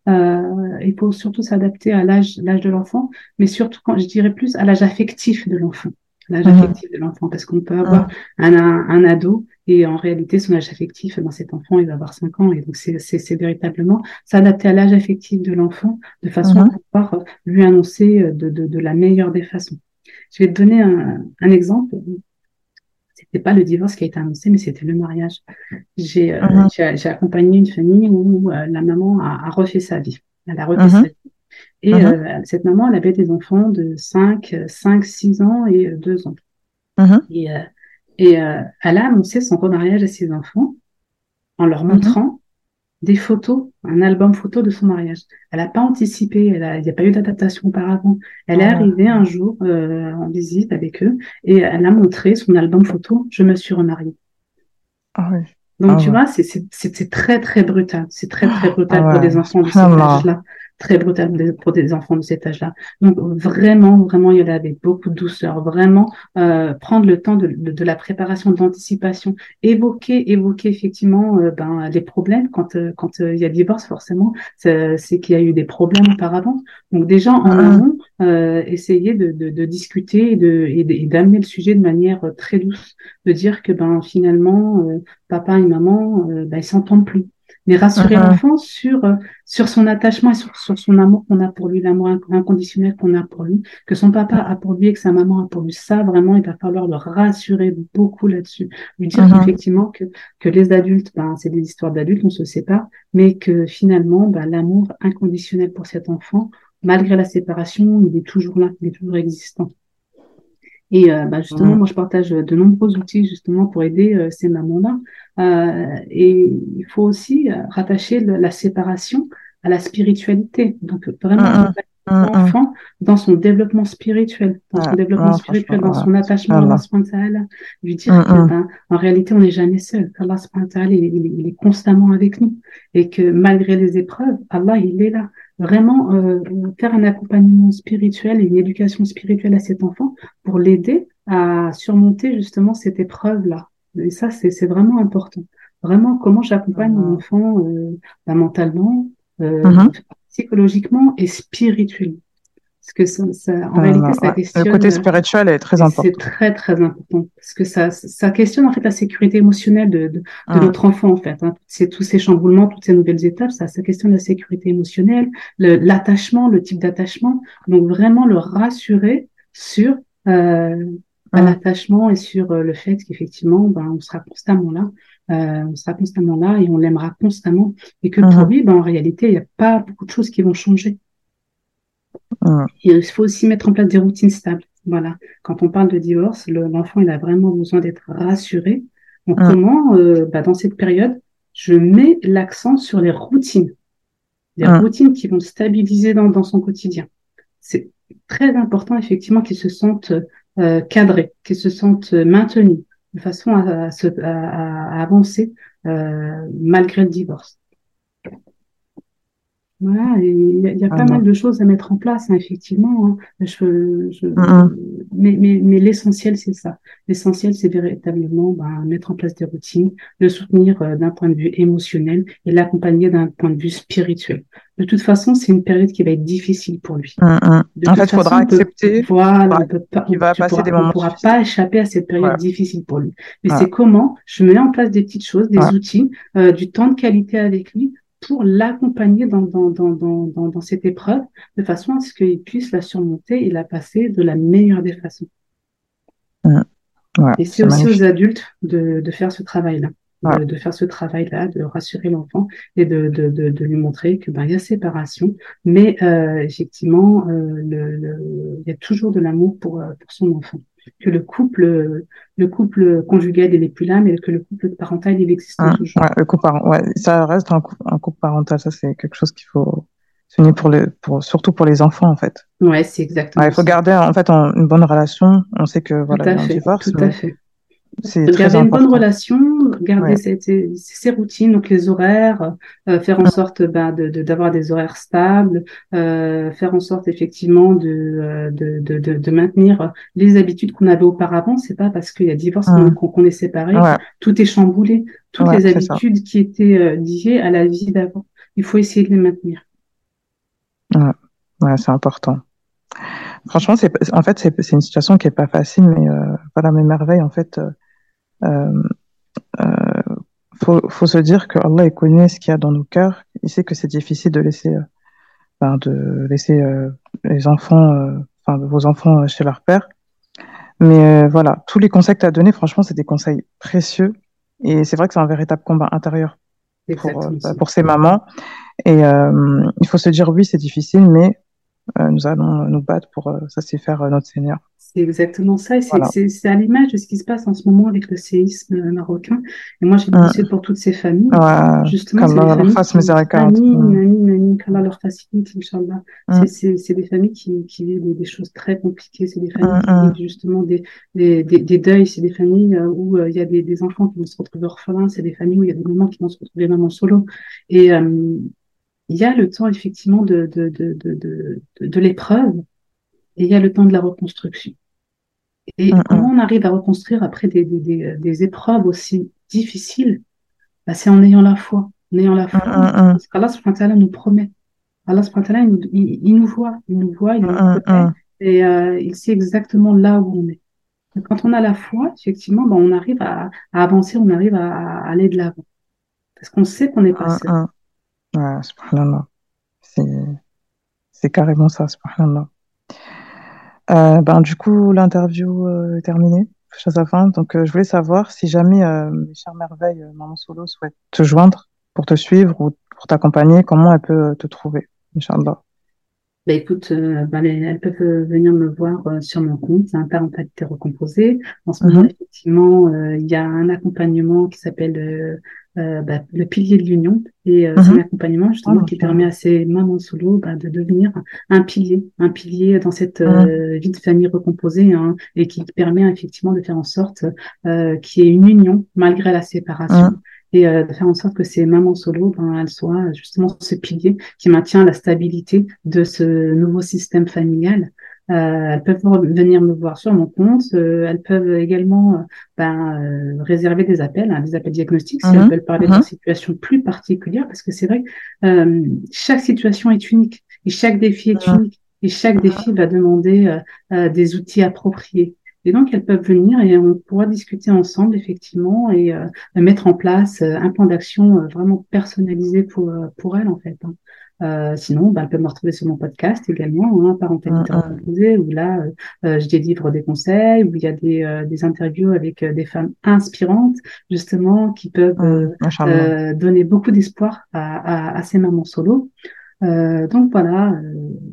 Euh, il faut surtout s'adapter à l'âge, l'âge de l'enfant, mais surtout, quand je dirais plus, à l'âge affectif de l'enfant. L'âge Mhm. affectif de l'enfant, parce qu'on peut avoir un, un, un ado et en réalité, son âge affectif, ben, cet enfant, il va avoir cinq ans. Et donc, c'est, c'est, c'est véritablement s'adapter à l'âge affectif de l'enfant de façon à Mhm. pouvoir lui annoncer de, de, de la meilleure des façons. Je vais te donner un, un exemple. C'était pas le divorce qui a été annoncé, mais c'était le mariage. J'ai euh, Mhm. j'ai, j'ai accompagné une famille où euh, la maman a, a refait sa vie. Elle a refait sa Mhm. vie. Et Mhm. euh, cette maman, elle avait des enfants de cinq, cinq, six ans et deux ans. Mhm. Et, euh, et euh, elle a annoncé son remariage à ses enfants en leur Mhm. montrant des photos, un album photo de son mariage. Elle n'a pas anticipé, elle a- il n'y a pas eu d'adaptation auparavant. Elle est Ah ouais. arrivée un jour euh, en visite avec eux et elle a montré son album photo, je me suis remariée. Ah oui. Donc, Ah tu ouais. vois, c'est c'est- c'est- c'est très, très brutal. C'est très, très Ah brutal pour ouais. des enfants de cet Subhanallah. âge-là. Très brutal pour des, pour des enfants de cet âge-là. Donc, vraiment, vraiment, il y en a avec beaucoup de douceur. Vraiment, euh, prendre le temps de, de, de la préparation, de l'anticipation. Évoquer, évoquer effectivement euh, ben, les problèmes. Quand, euh, quand euh, il y a divorce, forcément, c'est c'est qu'il y a eu des problèmes auparavant. Donc, déjà, en Mhm. amont, euh, essayer de, de, de discuter et de, et de- et d'amener le sujet de manière euh, très douce. De dire que ben, finalement, euh, papa et maman, euh, ben, ils s'entendent plus. Mais rassurer Mhm. l'enfant sur, euh, sur son attachement et sur, sur son amour qu'on a pour lui, l'amour inc- inconditionnel qu'on a pour lui, que son papa a pour lui et que sa maman a pour lui. Ça, vraiment, il va falloir le rassurer beaucoup là-dessus. Lui dire Mhm. qu'effectivement, que, que les adultes, ben, c'est des histoires d'adultes, on se sépare, mais que finalement, ben, l'amour inconditionnel pour cet enfant, malgré la séparation, il est toujours là, il est toujours existant. Et euh, bah, justement, Mhm. moi, je partage de nombreux outils justement pour aider euh, ces mamans-là. Euh, et il faut aussi euh, rattacher le- la séparation à la spiritualité. Donc, vraiment Mhm. accompagner Mhm. l'enfant dans son développement spirituel, dans son Ouais. développement Non, spirituel, franchement, dans ouais. son attachement à Allah Subhanallah. subhanahu wa ta'ala. Lui dire que, Mhm. ben, en réalité, on n'est jamais seul. Qu'Allah subhanahu wa ta'ala, il, il- il est constamment avec nous. Et que malgré les épreuves, Allah, il est là. Vraiment, euh, faire un accompagnement spirituel et une éducation spirituelle à cet enfant pour l'aider à surmonter justement cette épreuve-là. Et ça, c'est c'est vraiment important. Vraiment, comment j'accompagne mon Mhm. enfant euh, bah, mentalement, euh, Mhm. psychologiquement et spirituellement. Parce que ça, ça- en réalité, Subhanallah, ça ouais. Le côté questionne, spirituel est très et c'est important. très, très important. Parce que ça, ça questionne en fait la sécurité émotionnelle de, de, de Mhm. notre enfant, en fait. Hein. C'est tous ces chamboulements, toutes ces nouvelles étapes, ça, ça questionne la sécurité émotionnelle, le- l'attachement, le type d'attachement. Donc, vraiment le rassurer sur euh, bah, Mhm. l'attachement et sur euh, le fait qu'effectivement, ben, on sera constamment là. Euh, on sera constamment là et on l'aimera constamment. Et que pour Mhm. lui, ben, en réalité, il n'y a pas beaucoup de choses qui vont changer. Mhm. Et il faut aussi mettre en place des routines stables. Voilà. Quand on parle de divorce, le- l'enfant, il a vraiment besoin d'être rassuré. Donc, Mhm. comment, euh, bah, dans cette période, je mets l'accent sur les routines, les Mhm. routines qui vont le stabiliser dans, dans son quotidien. C'est très important, effectivement, qu'il se sente euh, cadré, qu'il se sente maintenu, de façon à, à, se- à- à avancer euh, malgré le divorce. Voilà, et il y a, il y a pas mal Subhanallah. de choses à mettre en place, hein, effectivement. Hein. Je, je, Mhm. mais mais, mais l'essentiel, c'est ça. L'essentiel, c'est véritablement ben, mettre en place des routines, le soutenir euh, d'un point de vue émotionnel et l'accompagner d'un point de vue spirituel. De toute façon, c'est une période qui va être difficile pour lui. Mhm. De En fait, toute il faudra façon, on peut, accepter voilà, faudra on peut pas, qu'il on, va tu passer pourras, des on moments pourra pas difficiles. échapper à cette période Ouais. difficile pour lui. Mais Ouais. c'est comment je mets en place des petites choses, Ouais. des outils, euh, du temps de qualité avec lui pour l'accompagner dans, dans, dans, dans, dans, dans cette épreuve, de façon à ce qu'il puisse la surmonter et la passer de la meilleure des façons. Mhm. Ouais, Et c'est c'est aussi aux magnifique. adultes de, de faire ce travail-là, Ouais. de, de faire ce travail-là, de rassurer l'enfant et de, de, de, de lui montrer que ben, il y a séparation, mais euh, effectivement, euh, le, le, il y a toujours de l'amour pour, euh, pour son enfant. Que le couple, le couple conjugal, il n'est plus là, mais que le couple parental, il existe Mhm. toujours. Ouais, le couple parent- ouais, ça reste un, cou- un couple parental, ça c'est quelque chose qu'il faut souligner pour les, pour, surtout pour les enfants en fait. Ouais, c'est Ouais, il exactement faut ça. garder en fait en- une bonne relation. On sait que Tout voilà, il y à a un fait, divorce, tout à mais fait. c'est très Garder une bonne important. relation, garder Ouais. ses, ses- ses routines, donc les horaires, euh, faire en sorte ben, de, de- d'avoir des horaires stables, euh, faire en sorte effectivement de, euh, de, de, de, de maintenir les habitudes qu'on avait auparavant. C'est pas parce qu'il y a divorce qu'on, Mhm. qu'on qu'on est séparé que Ouais, tout est chamboulé. Toutes ouais, les c'est ça. habitudes qui étaient euh, liées à la vie d'avant, il faut essayer de les maintenir. Ouais, ouais, c'est important. Franchement, c'est, en fait, c'est, c'est une situation qui est pas facile, mais euh, voilà, mes merveilles, en fait, euh, euh, euh, faut, faut se dire que Allah il connaît ce qu'il y a dans nos cœurs. Il sait que c'est difficile de laisser, euh, ben, de laisser euh, les enfants, euh, enfin, vos enfants euh, chez leur père. Mais euh, voilà, tous les conseils que tu as donnés, franchement, c'est des conseils précieux. Et c'est vrai que c'est un véritable combat intérieur C'est pour, euh, exactement bah, ça. pour ces mamans. Et euh, il faut se dire, oui, c'est difficile, mais euh, nous allons nous battre pour euh, satisfaire euh, notre Seigneur. C'est exactement ça, et c'est Voilà. c'est- c'est à l'image de ce qui se passe en ce moment avec le séisme marocain. Et moi, j'ai une Mm. pensée pour toutes ces familles. Ouais, Justement, c'est des qu'Allah leur familles fasse qui, qui miséricorde. amine, Mm. amine, amine, qu'Allah leur facilite, Inch'Allah. C'est Mm, c'est- c'est des familles qui, qui vivent des, des choses très compliquées, c'est des familles mm, qui vivent mm, justement des, des, des, des deuils, c'est des familles euh, où euh, il y a des, des enfants qui vont se retrouver orphelins, c'est des familles où il y a des mamans qui vont se retrouver mamans solo. Et euh, il y a le temps, effectivement, de, de, de, de, de, de, de l'épreuve, et il y a le temps de la reconstruction. Et mm, comment mm, on arrive à reconstruire après des, des, des, des épreuves aussi difficiles? Bah, c'est en ayant la foi. En ayant la mm, foi, mm, parce qu'Allah subhanahu wa ta'ala nous promet. Allah subhanahu wa ta'ala, il, nous il- il nous voit, il nous voit, il mm, nous mm, connaît mm. et euh, il sait exactement là où on est. Et quand on a la foi, effectivement, bah, on arrive à, à avancer, on arrive à, à aller de l'avant. Parce qu'on sait qu'on n'est pas Mm, seul. mm. Ouais, subhanallah. C'est, c'est carrément ça, subhanallah. Euh, ben, du coup, l'interview euh, est terminée. Touche à sa fin. Donc, euh, je voulais savoir si jamais euh, mes chères merveilles, euh, Maman Solo, souhaite te joindre pour te suivre ou pour t'accompagner, comment elle peut te trouver, Inch'Allah. Bah, écoute, euh, bah, les- elles peuvent euh, venir me voir euh, sur mon compte, c'est un parentalité recomposée. En ce moment, Mhm, effectivement, euh, il y a un accompagnement qui s'appelle euh, euh, bah, le pilier de l'union. Et euh, c'est un mhm. accompagnement Ah, justement qui permet Inch'Allah. à ces mamans solo bah, de devenir un pilier, un pilier dans cette Mhm, euh, vie de famille recomposée, hein, et qui permet effectivement de faire en sorte euh, qu'il y ait une union malgré la séparation. mhm, Et euh, de faire en sorte que ces mamans solo, ben, elles soient justement ce pilier qui maintient la stabilité de ce nouveau système familial. Euh, elles peuvent venir me voir sur mon compte. Euh, elles peuvent également euh, ben, euh, réserver des appels, hein, des appels diagnostiques si elles mhm, veulent parler de leur mhm, situation plus particulière, parce que c'est vrai, euh, chaque situation est unique et chaque défi est mhm, unique et chaque défi va demander euh, euh, des outils appropriés. Et donc, elles peuvent venir et on pourra discuter ensemble, effectivement, et euh, mettre en place euh, un plan d'action euh, vraiment personnalisé pour, euh, pour elles, en fait, hein. Euh, sinon, bah, elles peuvent me retrouver sur mon podcast également, hein, mhm, Parentalité mhm. recomposée, où là, euh, euh, je délivre des conseils, où il y a des, euh, des interviews avec euh, des femmes inspirantes, justement, qui peuvent Mhm, euh, Inch'Allah. euh, donner beaucoup d'espoir à, à, à ces mamans solo. Euh, donc voilà, euh,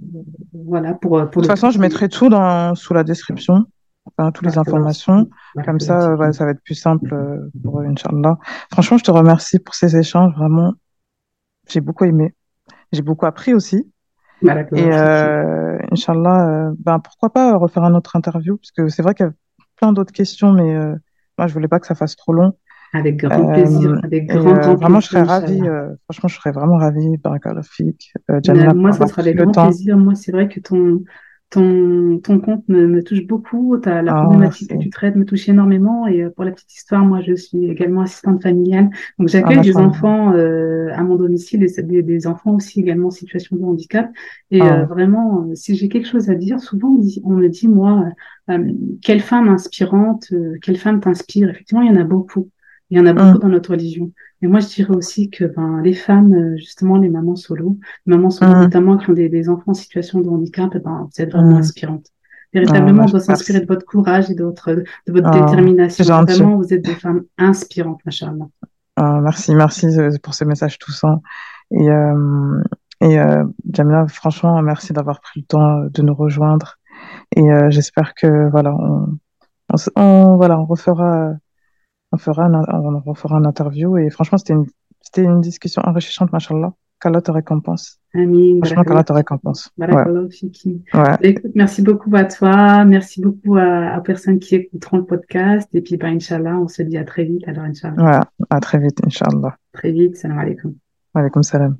voilà pour, De pour toute le façon, je petit. mettrai tout dans, sous la description, enfin, toutes les Barakallahu informations. fikum, Comme barakallahu ça, euh, ouais, fikum. ça va être plus simple euh, pour eux, Inch'Allah. Franchement, je te remercie pour ces échanges. Vraiment, j'ai beaucoup aimé. J'ai beaucoup appris aussi. Et Barakallahu fikum. euh, Inch'Allah, euh, ben, pourquoi pas refaire un autre interview? Parce que c'est vrai qu'il y a plein d'autres questions, mais euh, moi, je voulais pas que ça fasse trop long. Avec grand plaisir, Euh, avec et grand, euh, grand vraiment, je plaisir, serais ravie. Inch'Allah. Euh, franchement, je serais vraiment ravie, Barakallahu fik, euh, Mais Jamila, pour moi, ça avoir sera pris avec le grand temps. plaisir. Moi, c'est vrai que ton, ton, ton compte me, me touche beaucoup. T'as, la Oh, problématique que tu merci. traites me touche énormément. Et euh, pour la petite histoire, moi, je suis également assistante familiale. Donc, Ah, j'accueille des machallah. enfants euh, à mon domicile et des, des enfants aussi également en situation de handicap. Et euh, Oh, vraiment, euh, si j'ai quelque chose à dire, souvent on, dit- on me dit, moi, euh, quelle femme inspirante, euh, quelle femme t'inspire? Effectivement, il y en a beaucoup. Il y en a beaucoup hum, dans notre religion. Et moi, je dirais aussi que ben, les femmes, euh, justement, les mamans solo, mamans solo, hum, notamment qui ont des, des enfants en situation de handicap, eh ben, vous êtes vraiment hum. inspirantes. Ah, Véritablement, on mach- doit s'inspirer de merci. votre courage et de votre, de votre Ah, c'est détermination. gentil. Vraiment, vous êtes des femmes inspirantes, machallah. Ah, merci, merci euh, pour ce message touchant. Et, euh, et euh, Jamila, franchement, merci d'avoir pris le temps euh, de nous rejoindre. Et euh, j'espère que voilà, on, on, se- on- voilà, on refera, on fera un, on refera un interview. Et franchement, c'était une, c'était une discussion enrichissante, machallah. Qu'Allah te récompense. Amin, Franchement, qu'Allah barakallah te fikum, récompense. Ouais, barakallah fiki. ouais, Ben, écoute, merci beaucoup à toi, merci beaucoup à, aux personnes qui écouteront le podcast. Et puis, ben, Inch'Allah, on se dit à très vite. Alors, Inch'Allah, ouais. À très vite, Inch'Allah. très vite. Salam alaikum. Wa alaykoum salam.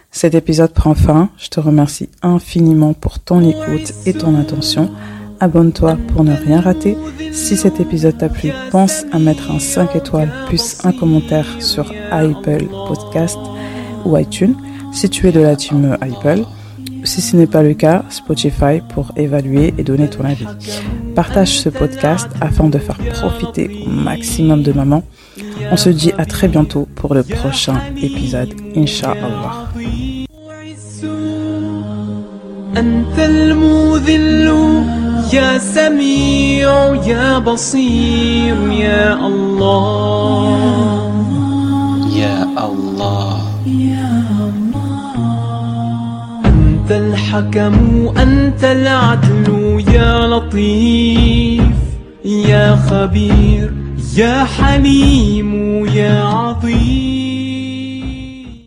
Cet épisode prend fin. Je te remercie infiniment pour ton écoute et ton attention. Abonne-toi pour ne rien rater. Si cet épisode t'a plu, pense à mettre un cinq étoiles plus un commentaire sur Apple Podcast ou iTunes si tu es de la team Apple. Si ce n'est pas le cas, Spotify pour évaluer et donner ton avis. Partage ce podcast afin de faire profiter au maximum de mamans. On se dit à très bientôt pour le prochain épisode, Inch'Allah. أنت المذل يا سميع يا بصير يا الله يا الله أنت الحكم أنت العدل يا لطيف يا خبير يا حليم يا عظيم